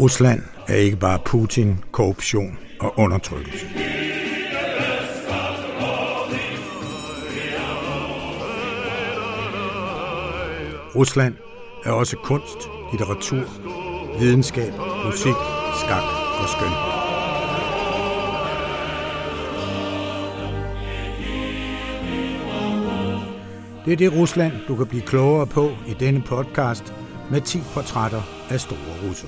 Rusland er ikke bare Putin, korruption og undertrykkelse. Rusland er også kunst, litteratur, videnskab, musik, skak og skønhed. Det er det Rusland, du kan blive klogere på i denne podcast med 10 portrætter af store russere.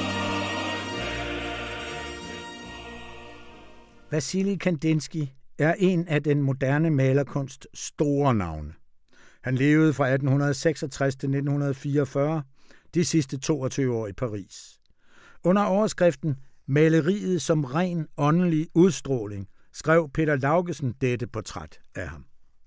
Vasilij Kandinsky er en af den moderne malerkunsts store navne. Han levede fra 1866 til 1944, de sidste 22 år i Paris. Under overskriften Maleriet som ren åndelig udstråling skrev Peter Laugesen dette portræt af ham.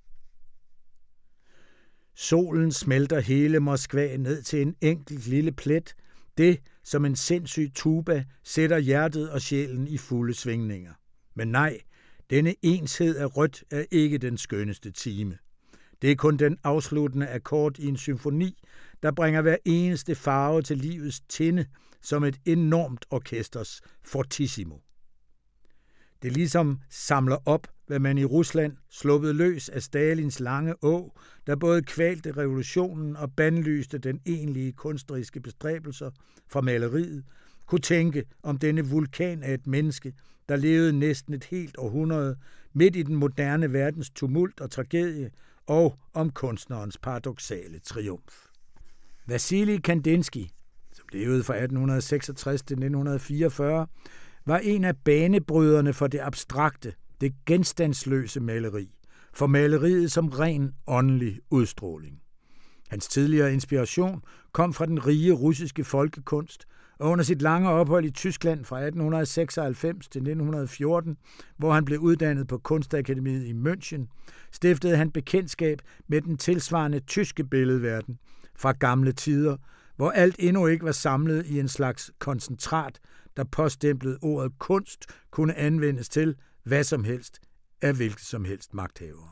Solen smelter hele Moskva ned til en enkelt lille plet. Det, som en sindssyg tuba, sætter hjertet og sjælen i fulde svingninger. Men nej, denne enshed af rødt er ikke den skønneste time. Det er kun den afsluttende akkord i en symfoni, der bringer hver eneste farve til livets tinde som et enormt orkesters fortissimo. Det ligesom samler op, hvad man i Rusland sluppede løs af Stalins lange å, der både kvalte revolutionen og bandlyste den egentlige kunstneriske bestræbelser fra maleriet, kunne tænke om denne vulkan af et menneske, der levede næsten et helt århundrede midt i den moderne verdens tumult og tragedie, og om kunstnerens paradoksale triumf. Vasilij Kandinsky, som levede fra 1866 til 1944, var en af banebryderne for det abstrakte, det genstandsløse maleri, for maleriet som ren åndelig udstråling. Hans tidligere inspiration kom fra den rige russiske folkekunst, og under sit lange ophold i Tyskland fra 1896 til 1914, hvor han blev uddannet på Kunstakademiet i München, stiftede han bekendtskab med den tilsvarende tyske billedverden fra gamle tider, hvor alt endnu ikke var samlet i en slags koncentrat, der påstemplede ordet kunst kunne anvendes til hvad som helst af hvilket som helst magthavere.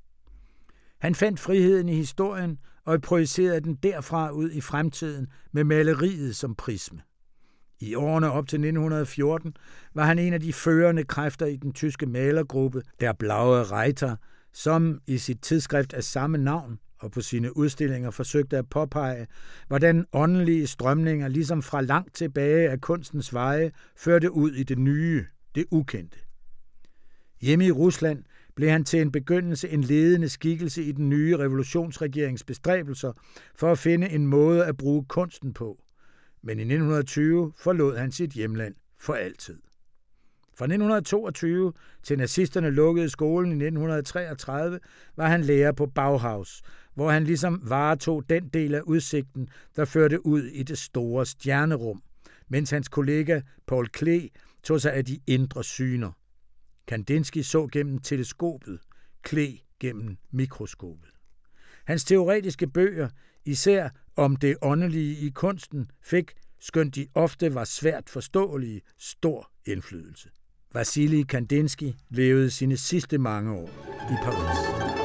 Han fandt friheden i historien og projicerede den derfra ud i fremtiden med maleriet som prisme. I årene op til 1914 var han en af de førende kræfter i den tyske malergruppe Der Blaue Reiter, som i sit tidsskrift af samme navn og på sine udstillinger forsøgte at påpege, hvordan åndelige strømninger ligesom fra langt tilbage af kunstens veje førte ud i det nye, det ukendte. Hjemme i Rusland blev han til en begyndelse en ledende skikkelse i den nye revolutionsregerings bestræbelser for at finde en måde at bruge kunsten på. Men i 1920 forlod han sit hjemland for altid. Fra 1922 til nazisterne lukkede skolen i 1933 var han lærer på Bauhaus, hvor han ligesom varetog den del af udsigten, der førte ud i det store stjernerum, mens hans kollega Paul Klee tog sig af de indre syner. Kandinsky så gennem teleskopet, Klee gennem mikroskopet. Hans teoretiske bøger, især om det åndelige i kunsten, fik, skønt de ofte var svært forståelige, stor indflydelse. Vasilij Kandinsky levede sine sidste mange år i Paris.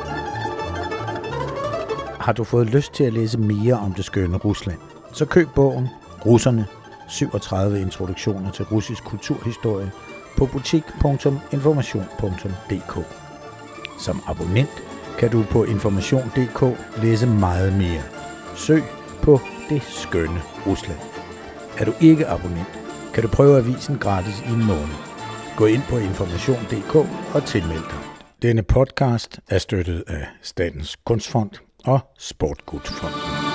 Har du fået lyst til at læse mere om det skønne Rusland? Så køb bogen Russerne, 37 introduktioner til russisk kulturhistorie på butik.information.dk. Som abonnent kan du på information.dk læse meget mere. Søg på det skønne Rusland. Er du ikke abonnent, kan du prøve avisen gratis i en måned. Gå ind på information.dk og tilmeld dig. Denne podcast er støttet af Statens Kunstfond og Sport Good Fond.